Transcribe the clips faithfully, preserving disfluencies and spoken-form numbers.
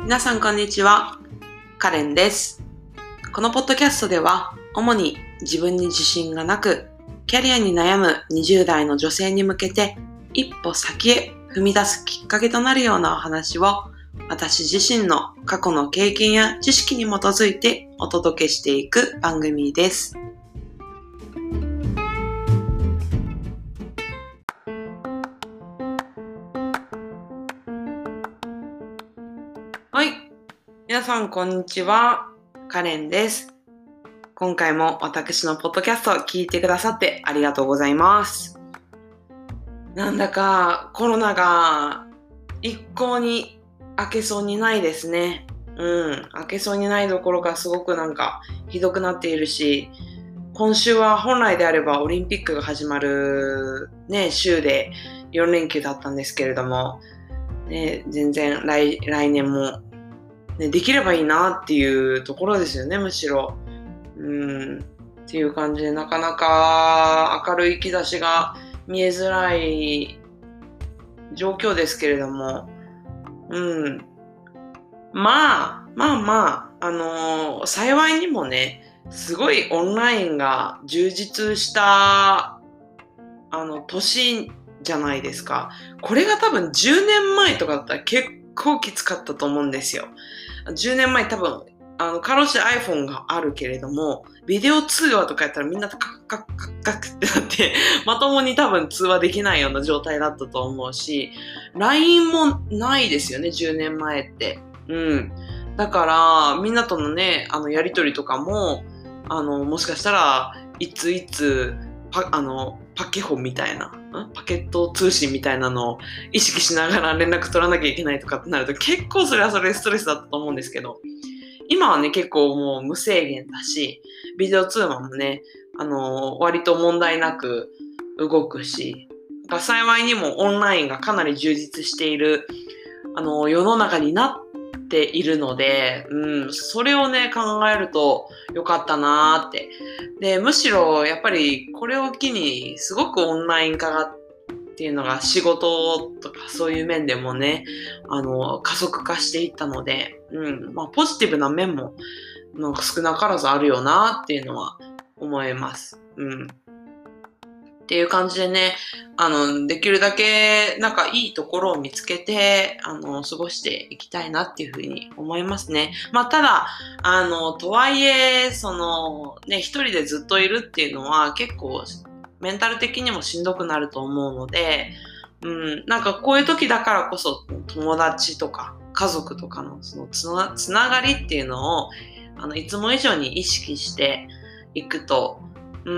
皆さんこんにちは。カレンです。このポッドキャストでは主に自分に自信がなくキャリアに悩むにじゅう代の女性に向けて一歩先へ踏み出すきっかけとなるようなお話を私自身の過去の経験や知識に基づいてお届けしていく番組です。はい。皆さんこんにちは。カレンです。今回も私のポッドキャストを聞いてくださってありがとうございます。なんだかコロナが一向に明けそうにないですね。うん。明けそうにないどころかすごくなんかひどくなっているし、今週は本来であればオリンピックが始まるね、週でよん連休だったんですけれども、ね、全然 来, 来年もね、できればいいなっていうところですよね、むしろ。うん、っていう感じで、なかなか明るい兆しが見えづらい状況ですけれども、うん。まあ、まあまあ、あのー、幸いにもね、すごいオンラインが充実した、あの、年じゃないですか。これが多分じゅうねんまえとかだったら結構きつかったと思うんですよ。じゅうねんまえ多分、あの、かろうじて iPhone があるけれども、ビデオ通話とかやったらみんなカクカクカクカクってなって、まともに多分通話できないような状態だったと思うし、ライン もないですよね、じゅうねんまえって。うん。だから、みんなとのね、あの、やりとりとかも、あの、もしかしたら、いついつ、パ、あの、パケホみたいな、んパケット通信みたいなのを意識しながら連絡取らなきゃいけないとかってなると結構それはそれでストレスだったと思うんですけど、今はね結構もう無制限だし、ビデオ通話もね、あのー、割と問題なく動くし、幸いにもオンラインがかなり充実している、あのー、世の中になっているので、うん、それをね考えるとよかったなーって。で、むしろやっぱりこれを機にすごくオンライン化がっていうのが仕事とかそういう面でもね、あの、加速化していったので、うん、まあポジティブな面もなんか少なからずあるよなっていうのは思います。うん。っていう感じでね、あの、できるだけなんかいいところを見つけて、あの、過ごしていきたいなっていうふうに思いますね。まあ、ただ、あの、とはいえ、その、ね、一人でずっといるっていうのは結構、メンタル的にもしんどくなると思うので、うん、なんかこういう時だからこそ、友達とか家族とかのそのつな、つながりっていうのを、あの、いつも以上に意識していくと、うん、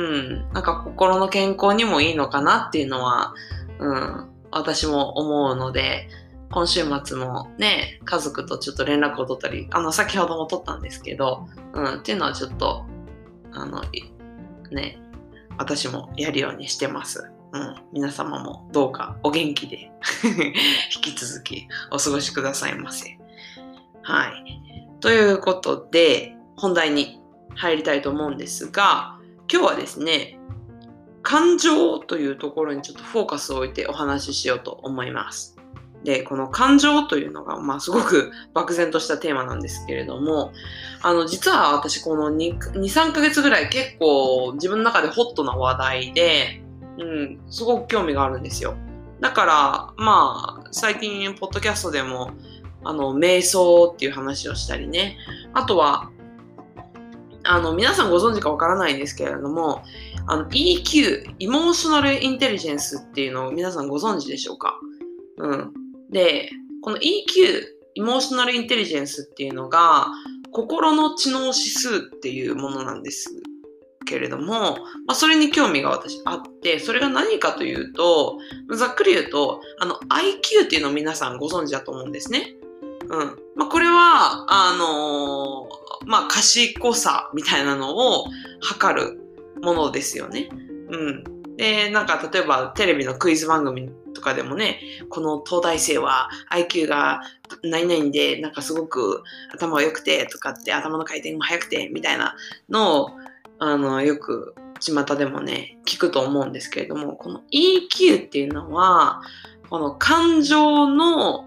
なんか心の健康にもいいのかなっていうのは、うん、私も思うので、今週末もね、家族とちょっと連絡を取ったり、あの、先ほども取ったんですけど、うん、っていうのはちょっと、あの、ね、私もやるようにしてます。うん、皆様もどうかお元気で引き続きお過ごしくださいませ。はい。ということで、本題に入りたいと思うんですが、今日はですね、感情というところにちょっとフォーカスを置いてお話ししようと思います。で、この感情というのが、まあ、すごく漠然としたテーマなんですけれども、あの、実は私このに、さんかげつぐらい結構自分の中でホットな話題で、うん、すごく興味があるんですよ。だから、まあ、最近、ポッドキャストでも、あの、瞑想っていう話をしたりね、あとは、あの、皆さんご存知かわからないんですけれども、あの、イーキュー、イモーショナルインテリジェンスっていうのを皆さんご存知でしょうか？うん。で、この イーキュー、イモーショナルインテリジェンスっていうのが、心の知能指数っていうものなんですけれども、まあ、それに興味が私あって、それが何かというと、ざっくり言うと、あの、アイキュー っていうのを皆さんご存知だと思うんですね。うん。まあ、これは、あのー、まあ、賢さみたいなのを測るものですよね。うん。で、なんか、例えば、テレビのクイズ番組とかでもね、この東大生は アイキュー が何々で、なんかすごく頭が良くて、とかって、頭の回転も速くて、みたいなのを、あの、よく、巷でもね、聞くと思うんですけれども、この イーキュー っていうのは、この感情の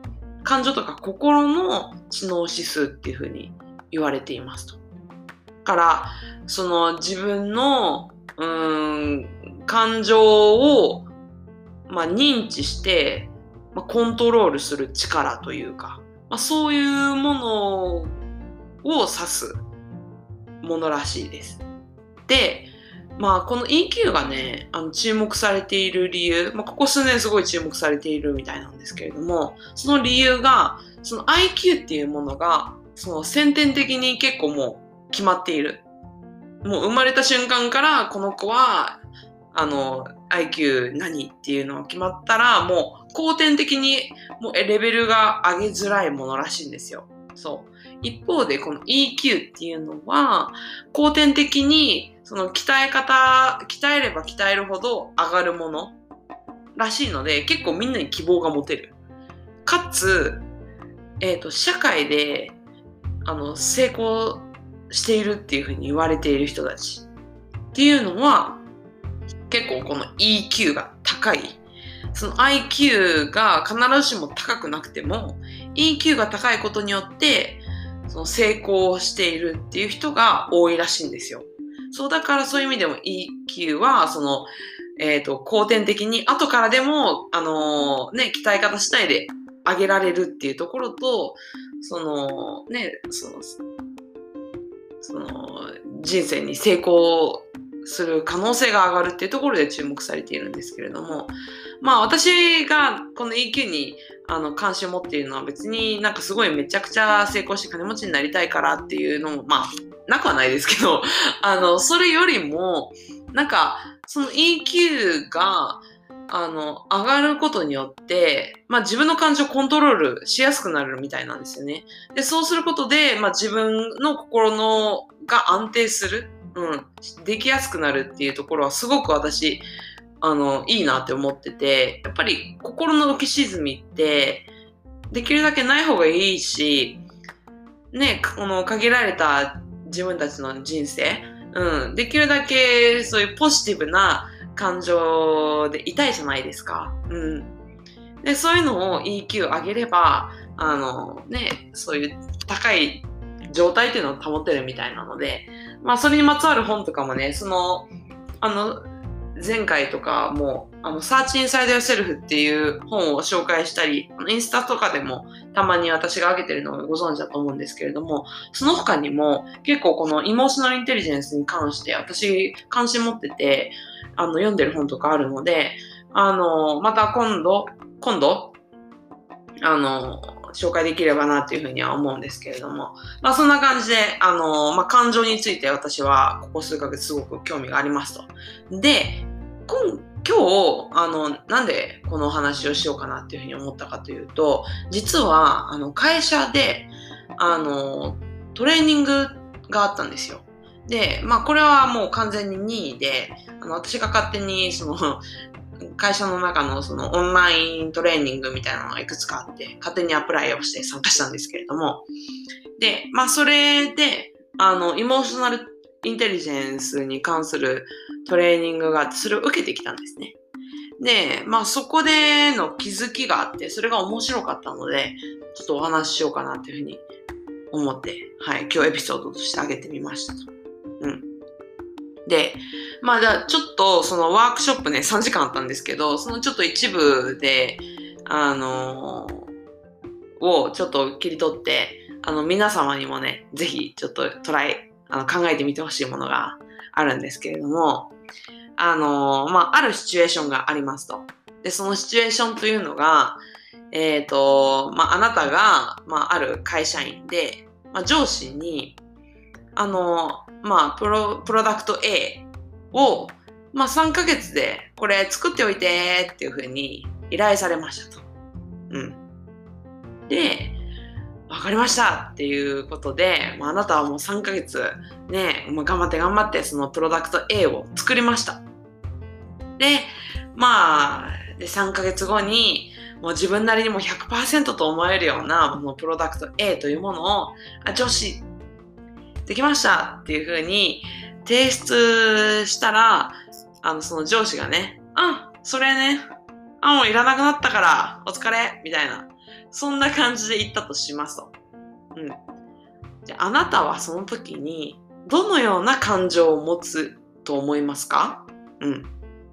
感情とか心の知能指数っていうふうに言われていますと。だから、その自分の、うーん、感情を、まあ、認知して、まあ、コントロールする力というか、まあ、そういうものを指すものらしいです。で、まあ、この イーキュー がね、あの注目されている理由、まあ、ここ数年すごい注目されているみたいなんですけれども、その理由が、その アイキュー っていうものが、その先天的に結構もう決まっている。もう生まれた瞬間からこの子は、あの、アイキュー 何っていうのが決まったら、もう後天的にもうレベルが上げづらいものらしいんですよ。そう。一方でこの イーキュー っていうのは、後天的にその鍛え方、鍛えれば鍛えるほど上がるものらしいので、結構みんなに希望が持てる。かつ、えっと、社会で、あの、成功しているっていうふうに言われている人たちっていうのは、結構この イーキュー が高い。その アイキュー が必ずしも高くなくても、イーキュー が高いことによって、その成功しているっていう人が多いらしいんですよ。そう、だからそういう意味でも イーキュー は、その、えっと、後天的に後からでも、あのー、ね、鍛え方次第で上げられるっていうところと、その、ね、その、その、人生に成功する可能性が上がるっていうところで注目されているんですけれども、まあ私がこの イーキュー にあの関心を持っているのは別になんかすごいめちゃくちゃ成功して金持ちになりたいからっていうのもまあなくはないですけど、あの、それよりもなんかその イーキュー があの、上がることによって、まあ自分の感情をコントロールしやすくなるみたいなんですよね。で、そうすることで、まあ自分の心のが安定する。うん。できやすくなるっていうところはすごく私、あの、いいなって思ってて、やっぱり心の浮き沈みって、できるだけない方がいいし、ね、この限られた自分たちの人生、うん。できるだけそういうポジティブな感情でいたいじゃないですか。うん。で、そういうのを イーキュー 上げれば、あのね、そういう高い状態っていうのを保てるみたいなので、まあそれにまつわる本とかもね、その、あの、前回とかも、あの、Search Inside Yourself っていう本を紹介したり、インスタとかでもたまに私が上げてるのをご存知だと思うんですけれども、その他にも結構このイモーショナルインテリジェンスに関して私関心持ってて、あの、読んでる本とかあるので、あの、また今度、今度、あの、紹介できればなっていうふうには思うんですけれども、まあそんな感じで、あの、まあ感情について私はここ数ヶ月すごく興味がありますと。で、今今日、あの、なんでこのお話をしようかなっていうふうに思ったかというと、実は、あの、会社で、あの、トレーニングがあったんですよ。で、まあこれはもう完全に任意で、あの、私が勝手に、その、会社の中のそのオンライントレーニングみたいなのがいくつかあって、勝手にアプライをして参加したんですけれども、で、まあそれで、あの、イモーショナルインテリジェンスに関するトレーニングがあって、それを受けてきたんですね。で、まあそこでの気づきがあって、それが面白かったので、ちょっとお話ししようかなっていうふうに思って、はい、今日エピソードとしてあげてみましたと。うん。で、まあじゃあちょっとそのワークショップね、さんじかんあったんですけど、そのちょっと一部で、あのー、をちょっと切り取って、あの皆様にもね、ぜひちょっとトライ、あの考えてみてほしいものがあるんですけれども、あのー、まああるシチュエーションがありますと。で、そのシチュエーションというのが、えっと、まああなたが、まあある会社員で、まあ上司に、あの、まあ、プロ、プロダクト A を、まあ、さんかげつでこれ作っておいてっていう風に依頼されましたと。うん。で、わかりましたっていうことで、まあ、あなたはもうさんかげつね、まあ、頑張って頑張ってそのプロダクト A を作りました。で、まあ、でさんかげつごにもう自分なりにも ひゃくパーセント と思えるようなこのプロダクト A というものを、あ、上司、できましたっていう風に提出したら、あの、その上司がね、あ、それね、あ、もういらなくなったから、お疲れみたいなそんな感じで言ったとしますと。うん。じゃあ、あなたはその時にどのような感情を持つと思いますか？うん。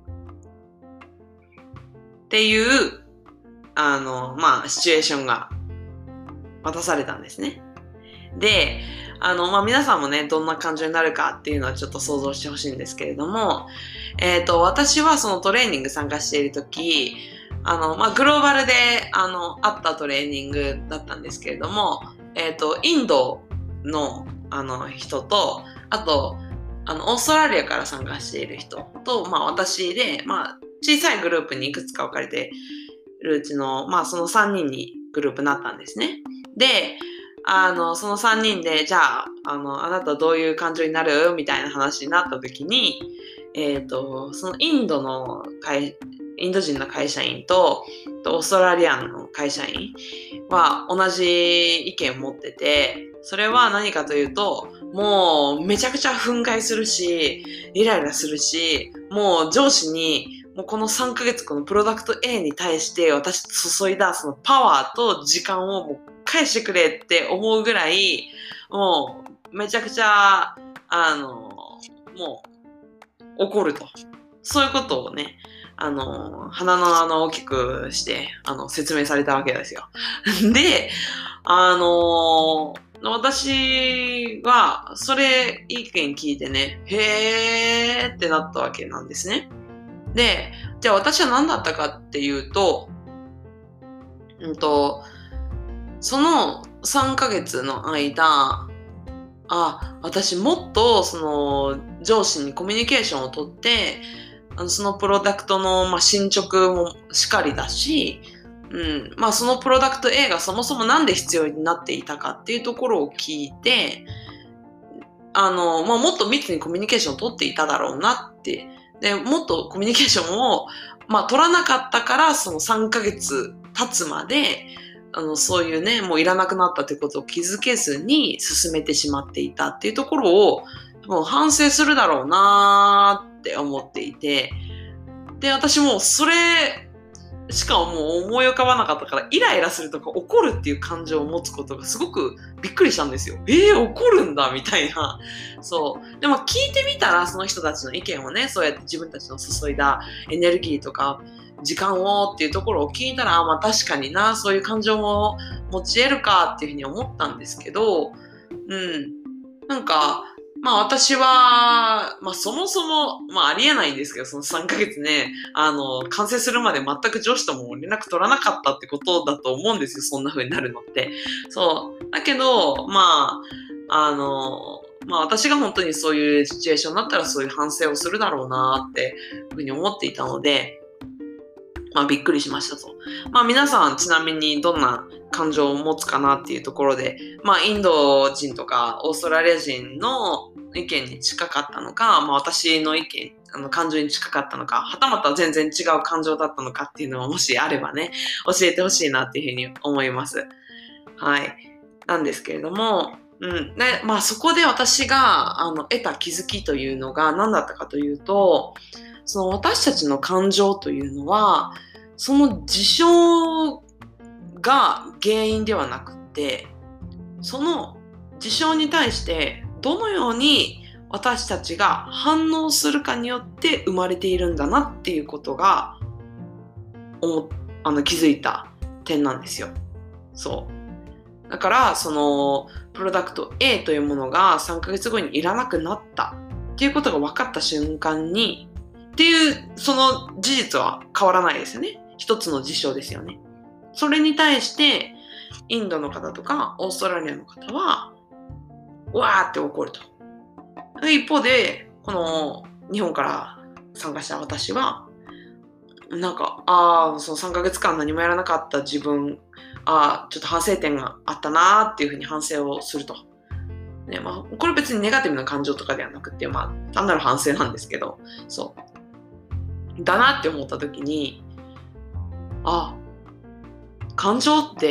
っていう、あの、まあ、シチュエーションが渡されたんですね。で、あの、まあ、皆さんもね、どんな感情になるかっていうのはちょっと想像してほしいんですけれども、えっと、私はそのトレーニング参加しているとき、あの、まあ、グローバルで、あの、あったトレーニングだったんですけれども、えっと、インドの、あの、人と、あと、あの、オーストラリアから参加している人と、まあ、私で、まあ、小さいグループにいくつか分かれているうちの、まあ、そのさんにんにグループになったんですね。で、あの、そのさんにんで、じゃあ、あの、あなたどういう感情になるみたいな話になった時に、えっと、そのインドの会、インド人の会社員と、オーストラリアンの会社員は同じ意見を持ってて、それは何かというと、もうめちゃくちゃ憤慨するし、イライラするし、もう上司に、もうこのさんかげつこのプロダクト A に対して私注いだそのパワーと時間をもう返してくれって思うぐらい、もうめちゃくちゃ、あの、もう怒ると。そういうことをね、あの、鼻の穴を大きくして、あの、説明されたわけですよ。で、あの、私は、それ意見聞いてね、へーってなったわけなんですね。で、じゃあ私は何だったかっていうと、うんと、そのさんかげつの間、あ、私もっとその上司にコミュニケーションをとって、あのそのプロダクトの、まあ、進捗もしっかりだし、うん、まあそのプロダクト A がそもそもなんで必要になっていたかっていうところを聞いて、あの、まあもっと密にコミュニケーションを取っていただろうなって、で、もっとコミュニケーションを、まあ取らなかったから、そのさんかげつ経つまで、あの、そういうね、もういらなくなったってことを気づけずに進めてしまっていたっていうところを、もう反省するだろうなーって思っていて、で、私もそれしかもう思い浮かばなかったから、イライラするとか怒るっていう感情を持つことがすごくびっくりしたんですよ。えー、怒るんだみたいな。そう。でも聞いてみたら、その人たちの意見をね、そうやって自分たちの注いだエネルギーとか、時間をっていうところを聞いたら、まあ確かにな、そういう感情も持ち得るかっていうふうに思ったんですけど、うん。なんか、まあ私は、まあそもそも、まあありえないんですけど、そのさんかげつね、あの、完成するまで全く上司とも連絡取らなかったってことだと思うんですよ、そんな風になるのって。そう。だけど、まあ、あの、まあ私が本当にそういうシチュエーションだったらそういう反省をするだろうなっていうふうに思っていたので、まあびっくりしましたと。まあ皆さんちなみにどんな感情を持つかなっていうところで、まあインド人とかオーストラリア人の意見に近かったのか、まあ私の意見、あの感情に近かったのか、はたまた全然違う感情だったのかっていうのをもしあればね、教えてほしいなっていうふうに思います。はい。なんですけれども、うん。で、まあそこで私があの得た気づきというのが何だったかというと、その私たちの感情というのは、その事象が原因ではなくて、その事象に対してどのように私たちが反応するかによって生まれているんだなっていうことが思あの気づいた点なんですよ。そう。だからそのプロダクト A というものがさんかげつごにいらなくなったっていうことが分かった瞬間にっていうその事実は変わらないですよね。一つの事象ですよね。それに対してインドの方とかオーストラリアの方はわーって怒ると。一方でこの日本から参加した私はなんかああそのさんかげつかん何もやらなかった自分ああちょっと反省点があったなーっていうふうに反省をすると。ねまあ、これ別にネガティブな感情とかではなくて、まあ、単なる反省なんですけど、そう。だなって思った時に、あ、感情って、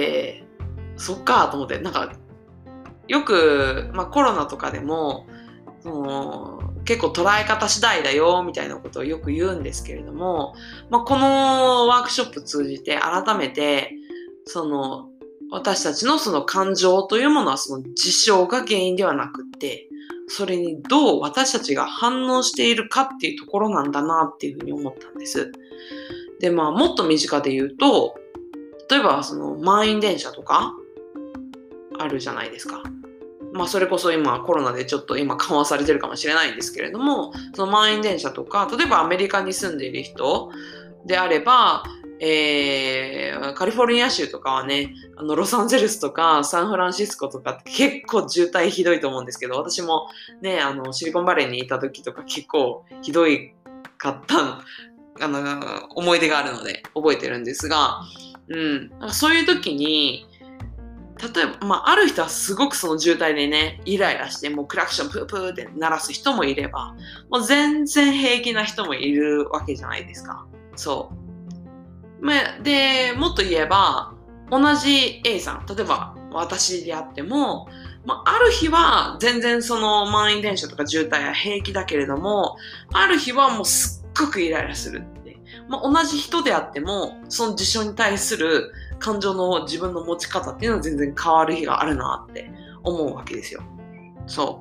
そっかと思って、なんか、よく、まあコロナとかでも、その結構捉え方次第だよ、みたいなことをよく言うんですけれども、まあこのワークショップ通じて改めて、 その、私たちのその感情というものはその事象が原因ではなくって、それにどう私たちが反応しているかっていうところなんだなっていうふうに思ったんです。で、まあ、もっと身近で言うと、例えばその満員電車とかあるじゃないですか。まあそれこそ今コロナでちょっと今緩和されてるかもしれないんですけれども、その満員電車とか、例えばアメリカに住んでいる人であれば、えー、カリフォルニア州とかはね、あのロサンゼルスとかサンフランシスコとかって結構渋滞ひどいと思うんですけど、私もね、あのシリコンバレーにいた時とか結構ひどいかったあの思い出があるので覚えてるんですが、うん、そういう時に例えば、まあ、ある人はすごくその渋滞でね、イライラして、もうクラクションプープーって鳴らす人もいれば、もう全然平気な人もいるわけじゃないですか。そう。まあ、で、もっと言えば、同じ A さん、例えば私であっても、まあ、ある日は全然その満員電車とか渋滞は平気だけれども、ある日はもうすっごくイライラするって。まあ、同じ人であっても、その事象に対する感情の自分の持ち方っていうのは全然変わる日があるなって思うわけですよ。そう。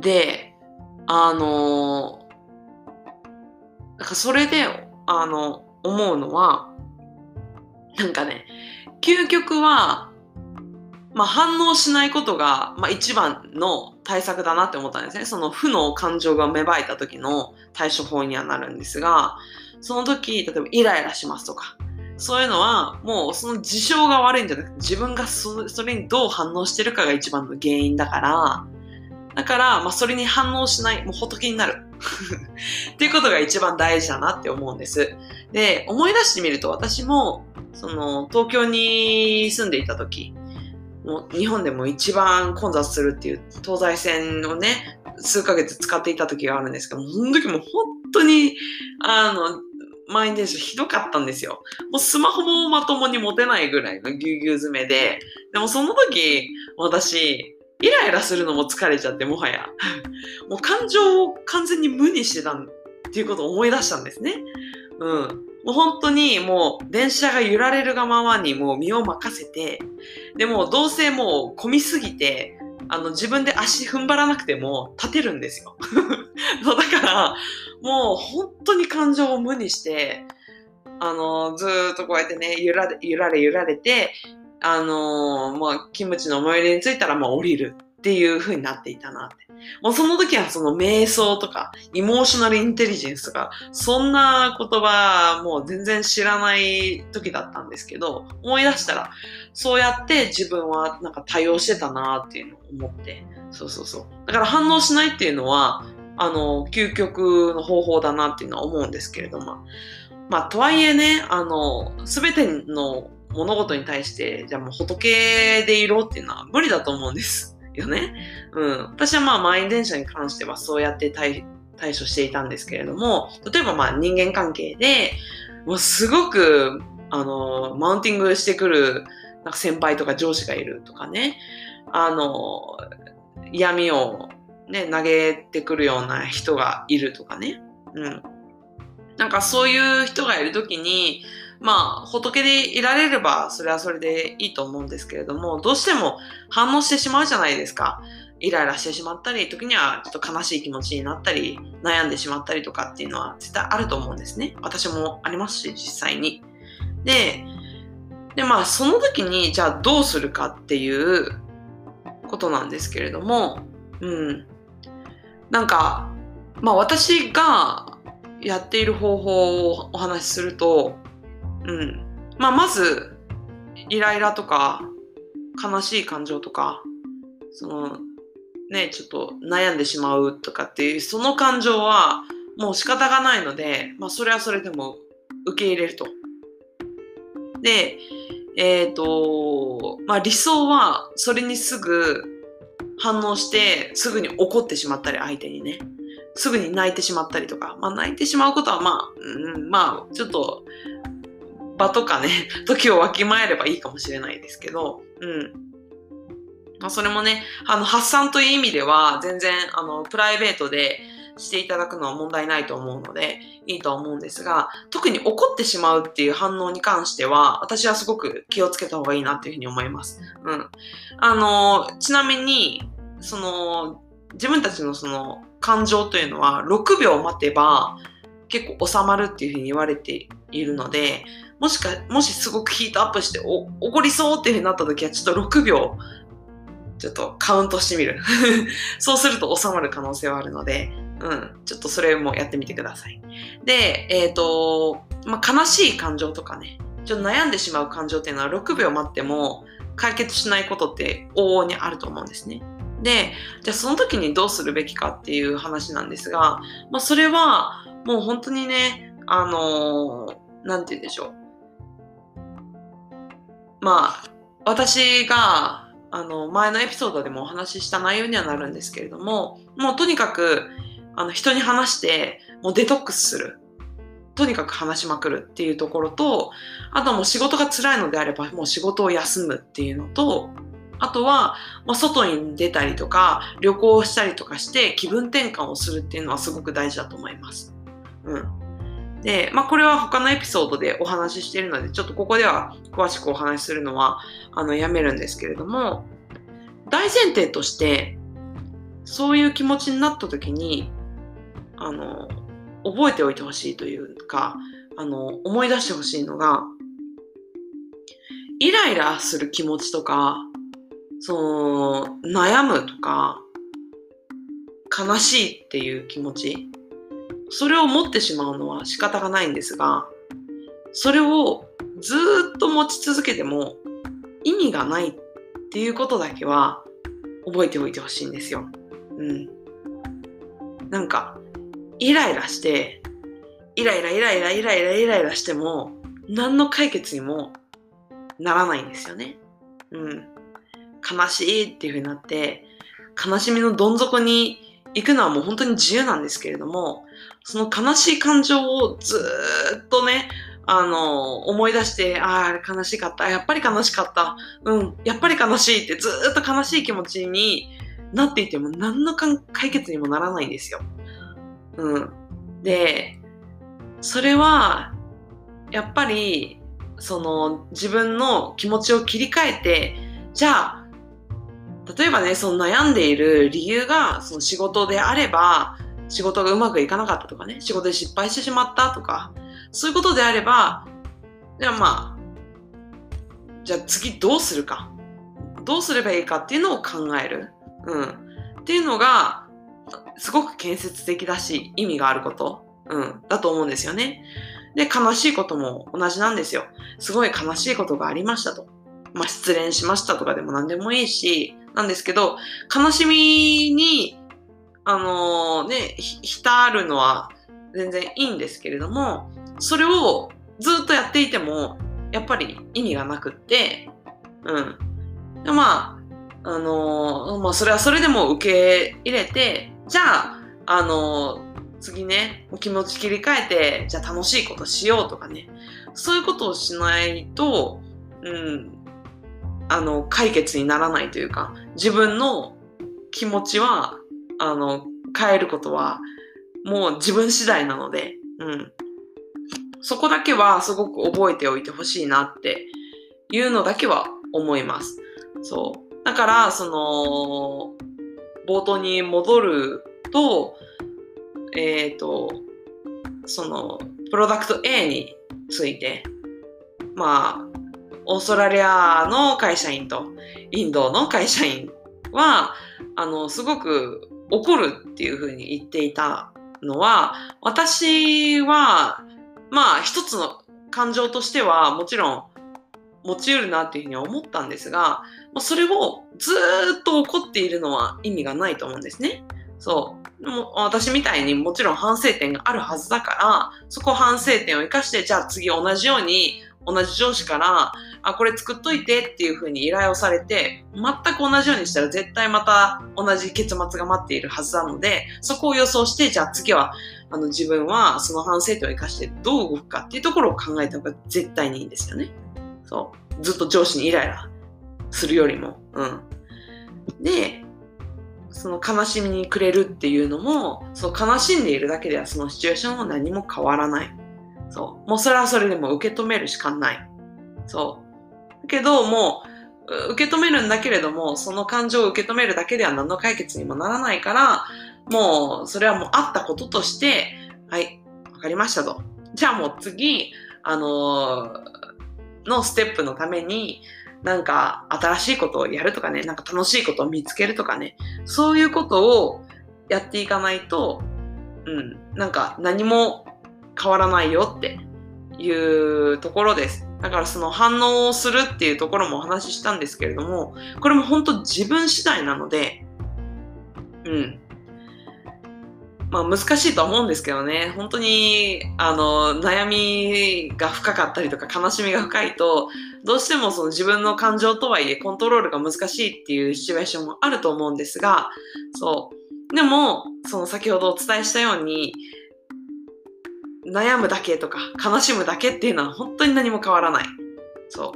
で、あの、なんかそれで、あの、思うのは、なんかね、究極は、まあ、反応しないことが、まあ、一番の対策だなって思ったんですね。その負の感情が芽生えた時の対処法にはなるんですが、その時、例えばイライラしますとか、そういうのはもうその事象が悪いんじゃなくて自分が そ, それにどう反応してるかが一番の原因だから、だから、まあ、それに反応しない、もう仏になるっていうことが一番大事だなって思うんです。で、思い出してみると私もその東京に住んでいた時、もう日本でも一番混雑するっていう東西線をね、数ヶ月使っていた時があるんですけど、その時も本当に、あの、満員電車ひどかったんですよ。もうスマホもまともに持てないぐらいのぎゅうぎゅう詰めで、でもその時、私、イライラするのも疲れちゃって、もはや。もう感情を完全に無にしてたっていうことを思い出したんですね。うん。もう本当にもう電車が揺られるがままにもう身を任せて、でもどうせもう混みすぎて、あの自分で足踏ん張らなくても立てるんですよ。だからもう本当に感情を無にして、あのずーっとこうやってね、揺られ揺られ揺られて、あのー、まあ、キムチの最寄りに着いたらまあ降りるっていう風になっていたなって。もうその時はその瞑想とか、イモーショナルインテリジェンスとか、そんな言葉もう全然知らない時だったんですけど、思い出したら、そうやって自分はなんか対応してたなっていうのを思って、そうそうそう。だから反応しないっていうのは、あの、究極の方法だなっていうのは思うんですけれども、まあ、とはいえね、あの、すべての物事に対して、じゃあもう仏でいろっていうのは無理だと思うんですよね。うん。私はまあ満員電車に関してはそうやって対、対処していたんですけれども、例えばまあ人間関係で、もうすごく、あの、マウンティングしてくる、なんか先輩とか上司がいるとかね、あの、嫌味をね、投げてくるような人がいるとかね。うん。なんかそういう人がいるときに、まあ、仏でいられれば、それはそれでいいと思うんですけれども、どうしても反応してしまうじゃないですか。イライラしてしまったり、時にはちょっと悲しい気持ちになったり、悩んでしまったりとかっていうのは絶対あると思うんですね。私もありますし、実際に。で、で、まあ、その時に、じゃあどうするかっていうことなんですけれども、うん。なんか、まあ私がやっている方法をお話しすると、うん。まあまず、イライラとか、悲しい感情とか、その、ね、ちょっと悩んでしまうとかっていう、その感情はもう仕方がないので、まあそれはそれでも受け入れると。で、えっと、まあ理想はそれにすぐ反応して、すぐに怒ってしまったり相手にね。すぐに泣いてしまったりとか、まあ泣いてしまうことはまあ、うん、まあちょっと場とかね、時をわきまえればいいかもしれないですけど、うん。まあそれもね、あの発散という意味では全然あのプライベートでしていただくのは問題ないと思うのでいいと思うんですが、特に怒ってしまうっていう反応に関しては私はすごく気をつけた方がいいなっていうふうに思います。うん。あの、ちなみに、その、自分たちのその感情というのはろくびょう待てば結構収まるっていうふうに言われているので、もしか、もしすごくヒートアップしてお怒りそうっていうふうになった時はちょっとろくびょうちょっとカウントしてみる。そうすると収まる可能性はあるので、うん、ちょっとそれもやってみてください。で、えっと、まあ、悲しい感情とかね、ちょっと悩んでしまう感情っていうのはろくびょう待っても解決しないことって往々にあると思うんですね。で、じゃあその時にどうするべきかっていう話なんですが、まあ、それはもう本当にね、あのー、なんて言うんでしょう。まあ、私が、あの、前のエピソードでもお話しした内容にはなるんですけれども、もうとにかく、あの、人に話して、もうデトックスする。とにかく話しまくるっていうところと、あともう仕事が辛いのであれば、もう仕事を休むっていうのと、あとは、まあ、外に出たりとか、旅行したりとかして気分転換をするっていうのはすごく大事だと思います。うん。で、まあ、これは他のエピソードでお話ししているので、ちょっとここでは詳しくお話しするのは、あの、やめるんですけれども、大前提として、そういう気持ちになった時に、あの、覚えておいてほしいというか、あの、思い出してほしいのが、イライラする気持ちとか、その、悩むとか、悲しいっていう気持ち、それを持ってしまうのは仕方がないんですが、それをずーっと持ち続けても意味がないっていうことだけは覚えておいてほしいんですよ。うん。なんか、イライラして、イライライライライライライライラしても、何の解決にもならないんですよね。うん。悲しいっていう風になって、悲しみのどん底に行くのはもう本当に自由なんですけれども、その悲しい感情をずーっとね、あの、思い出して、ああ、あれ悲しかった。やっぱり悲しかった。うん、やっぱり悲しいってずーっと悲しい気持ちになっていても何の解決にもならないんですよ。うん。で、それは、やっぱり、その自分の気持ちを切り替えて、じゃあ、例えばね、その悩んでいる理由がその仕事であれば、仕事がうまくいかなかったとかね、仕事で失敗してしまったとか、そういうことであれば、じゃあまあ、じゃあ次どうするか。どうすればいいかっていうのを考える。うん。っていうのが、すごく建設的だし、意味があること。うん。だと思うんですよね。で、悲しいことも同じなんですよ。すごい悲しいことがありましたと。まあ、失恋しましたとかでも何でもいいし、なんですけど、悲しみに、あのー、ね、浸るのは全然いいんですけれども、それをずっとやっていても、やっぱり意味がなくって、うん。でまあ、あのー、まあ、それはそれでも受け入れて、じゃあ、あのー、次ね、気持ち切り替えて、じゃあ楽しいことしようとかね、そういうことをしないと、うん、あの、解決にならないというか、自分の気持ちは、あの、変えることは、もう自分次第なので、うん。そこだけはすごく覚えておいてほしいなっていうのだけは思います。そう。だから、その、冒頭に戻ると、えっと、その、プロダクト A について、まあ、オーストラリアの会社員とインドの会社員は、あの、すごく怒るっていうふうに言っていたのは、私は、まあ、一つの感情としては、もちろん、持ち得るなっていうふうには思ったんですが、それをずーっと怒っているのは意味がないと思うんですね。そう。でも私みたいにもちろん反省点があるはずだから、そこ反省点を生かして、じゃあ次同じように、同じ上司から、あ、これ作っといてっていう風に依頼をされて、全く同じようにしたら絶対また同じ結末が待っているはずなので、そこを予想して、じゃあ次は、あの自分はその反省点を生かしてどう動くかっていうところを考えた方が絶対にいいんですよね。そう。ずっと上司にイライラするよりも。うん。で、 その悲しみに暮れるっていうのも、そう悲しんでいるだけではそのシチュエーションは何も変わらない。そう。もうそれはそれでも受け止めるしかない。そう。だけど、もう、受け止めるんだけれども、その感情を受け止めるだけでは何の解決にもならないから、もう、それはもうあったこととして、はい、わかりましたと。じゃあもう次、あのー、のステップのために、なんか新しいことをやるとかね、なんか楽しいことを見つけるとかね、そういうことをやっていかないと、うん、なんか何も変わらないよっていうところです。だからその反応をするっていうところもお話ししたんですけれども、これも本当自分次第なので、うん。まあ難しいとは思うんですけどね、本当にあの悩みが深かったりとか悲しみが深いと、どうしてもその自分の感情とはいえコントロールが難しいっていうシチュエーションもあると思うんですが、そう。でも、その先ほどお伝えしたように、悩むだけとか悲しむだけっていうのは本当に何も変わらない。そう。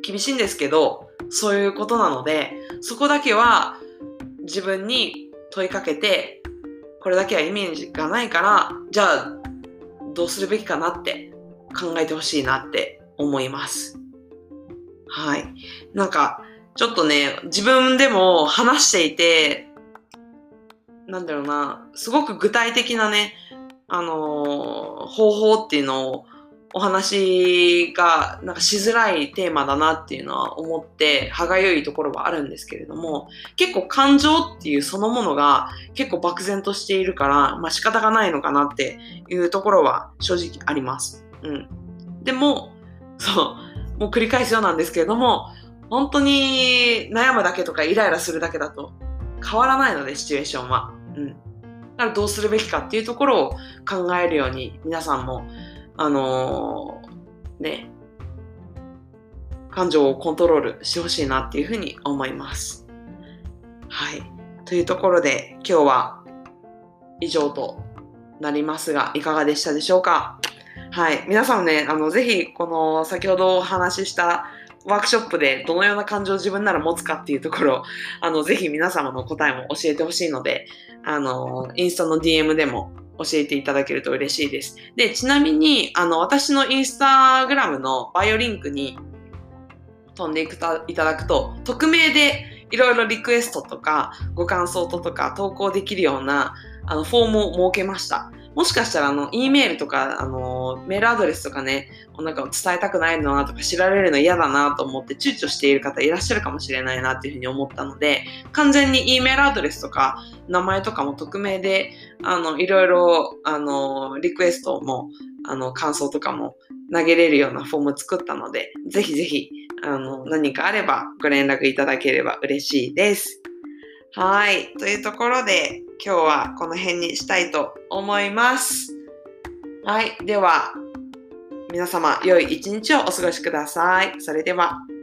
厳しいんですけど、そういうことなので、そこだけは自分に問いかけて、これだけはイメージがないから、じゃあどうするべきかなって考えてほしいなって思います。はい。なんか、ちょっとね、自分でも話していて、なんだろうな、すごく具体的なね、あのー、方法っていうのをお話がなんかしづらいテーマだなっていうのは思って歯がゆいところはあるんですけれども、結構感情っていうそのものが結構漠然としているから、まあ仕方がないのかなっていうところは正直あります。うん。でも、そう、もう繰り返すようなんですけれども、本当に悩むだけとかイライラするだけだと変わらないので、シチュエーションは。うん。だからどうするべきかっていうところを考えるように皆さんもあのー、ね、感情をコントロールしてほしいなっていうふうに思います。はい。というところで今日は以上となりますが、いかがでしたでしょうか？はい。皆さんね、あの、ぜひ、この先ほどお話ししたワークショップでどのような感情を自分なら持つかっていうところ、あの、ぜひ皆様の答えも教えてほしいので、あの、インスタの ディーエム でも教えていただけると嬉しいです。で、ちなみに、あの、私のインスタグラムのバイオリンクに飛んでいただくと、匿名でいろいろリクエストとか、ご感想とか投稿できるような、あの、フォームを設けました。もしかしたら、あの、E メールとか、あの、メールアドレスとかね、なんか伝えたくないのなとか知られるの嫌だなと思って躊躇している方いらっしゃるかもしれないなっていうふうに思ったので、完全に E メールアドレスとか、名前とかも匿名で、あの、いろいろ、あの、リクエストも、あの、感想とかも投げれるようなフォーム作ったので、ぜひぜひ、あの、何かあればご連絡いただければ嬉しいです。はい。というところで、今日はこの辺にしたいと思います。はい。では、皆様、良い一日をお過ごしください。それでは。